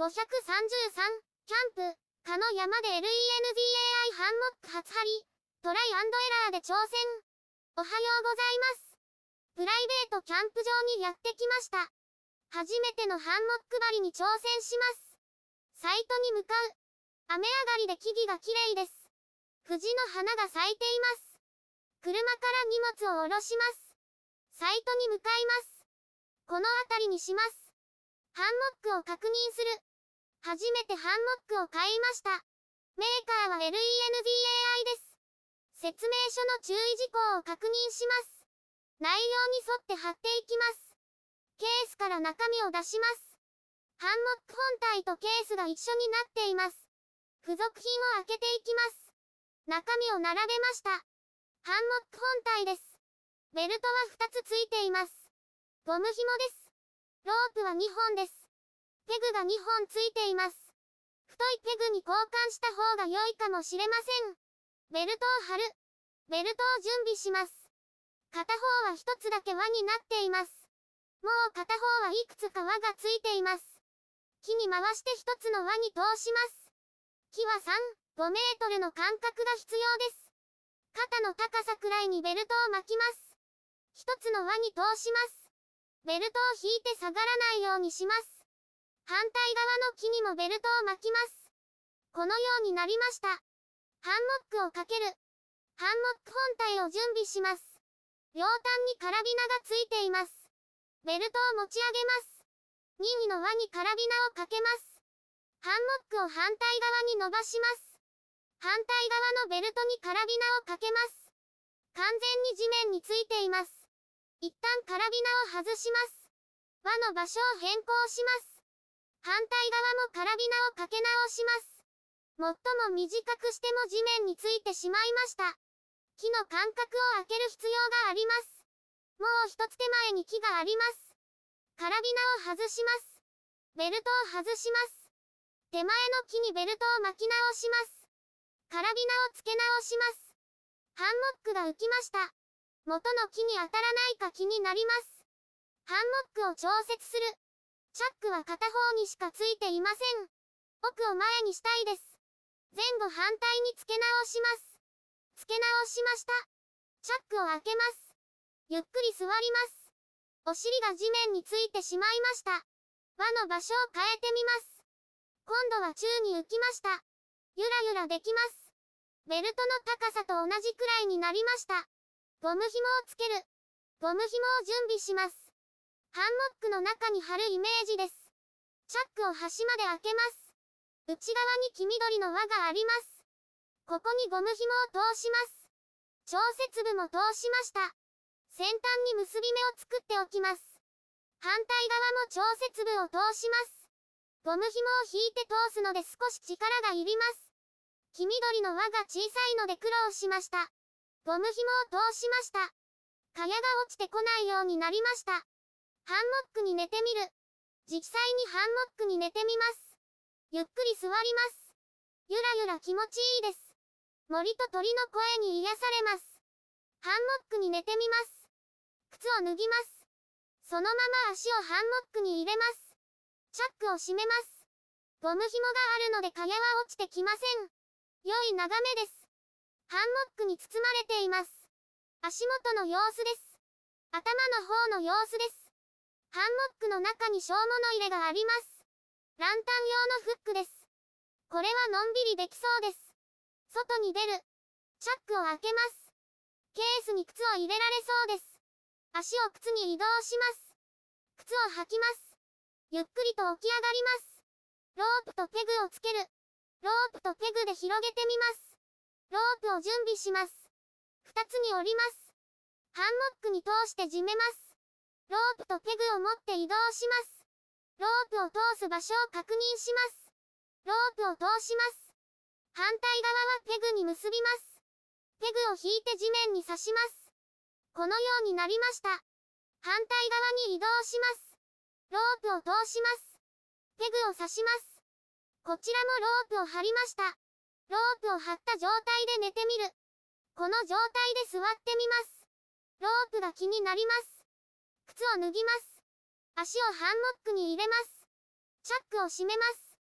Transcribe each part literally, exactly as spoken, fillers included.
ごひゃくさんじゅうさん、キャンプ、かの山で レンダー ハンモック初張り、トライアンドエラーで挑戦。おはようございます。プライベートキャンプ場にやってきました。初めてのハンモック張りに挑戦します。サイトに向かう。雨上がりで木々が綺麗です。藤の花が咲いています。車から荷物を下ろします。サイトに向かいます。この辺りにします。ハンモックを確認する。初めてハンモックを買いました。メーカーは レンダー です。説明書の注意事項を確認します。内容に沿って貼っていきます。ケースから中身を出します。ハンモック本体とケースが一緒になっています。付属品を開けていきます。中身を並べました。ハンモック本体です。ベルトはふたつついています。ゴム紐です。ロープはにほんです。ペグがにほんついています。太いペグに交換した方が良いかもしれません。ベルトを貼る。ベルトを準備します。片方はひとつだけ輪になっています。もう片方はいくつか輪がついています。木に回してひとつの輪に通します。木はさん、ごメートルの間隔が必要です。肩の高さくらいにベルトを巻きます。ひとつの輪に通します。ベルトを引いて下がらないようにします。反対側の木にもベルトを巻きます。このようになりました。ハンモックをかける。ハンモック本体を準備します。両端にカラビナがついています。ベルトを持ち上げます。任意の輪にカラビナをかけます。ハンモックを反対側に伸ばします。反対側のベルトにカラビナをかけます。完全に地面についています。一旦カラビナを外します。輪の場所を変更します。反対側もカラビナをかけ直します。最も短くしても地面についてしまいました。木の間隔を空ける必要があります。もう一つ手前に木があります。カラビナを外します。ベルトを外します。手前の木にベルトを巻き直します。カラビナを付け直します。ハンモックが浮きました。元の木に当たらないか気になります。ハンモックを調節する。チャックは片方にしかついていません。奥を前にしたいです。前後反対に付け直します。付け直しました。チャックを開けます。ゆっくり座ります。お尻が地面についてしまいました。輪の場所を変えてみます。今度は宙に浮きました。ゆらゆらできます。ベルトの高さと同じくらいになりました。ゴム紐をつける。ゴム紐を準備します。ハンモックの中に貼るイメージです。チャックを端まで開けます。内側に黄緑の輪があります。ここにゴム紐を通します。調節部も通しました。先端に結び目を作っておきます。反対側も調節部を通します。ゴム紐を引いて通すので少し力がいります。黄緑の輪が小さいので苦労しました。ゴム紐を通しました。蚊帳が落ちてこないようになりました。ハンモックに寝てみる。実際にハンモックに寝てみます。ゆっくり座ります。ゆらゆら気持ちいいです。森と鳥の声に癒されます。ハンモックに寝てみます。靴を脱ぎます。そのまま足をハンモックに入れます。チャックを閉めます。ゴム紐があるので蚊帳は落ちてきません。良い眺めです。ハンモックに包まれています。足元の様子です。頭の方の様子です。ハンモックの中に小物入れがあります。ランタン用のフックです。これはのんびりできそうです。外に出る。チャックを開けます。ケースに靴を入れられそうです。足を靴に移動します。靴を履きます。ゆっくりと起き上がります。ロープとペグをつける。ロープとペグで広げてみます。ロープを準備します。二つに折ります。ハンモックに通して締めます。ロープとペグを持って移動します。ロープを通す場所を確認します。ロープを通します。反対側はペグに結びます。ペグを引いて地面に刺します。このようになりました。反対側に移動します。ロープを通します。ペグを刺します。こちらもロープを張りました。ロープを張った状態で寝てみる。この状態で座ってみます。ロープが気になります。靴を脱ぎます。足をハンモックに入れます。チャックを閉めます。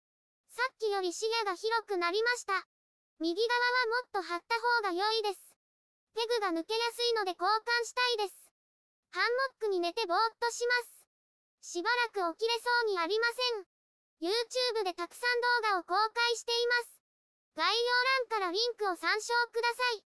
さっきより視野が広くなりました。右側はもっと張った方が良いです。ペグが抜けやすいので交換したいです。ハンモックに寝てぼーっとします。しばらく起きれそうにありません。YouTube でたくさん動画を公開しています。概要欄からリンクを参照ください。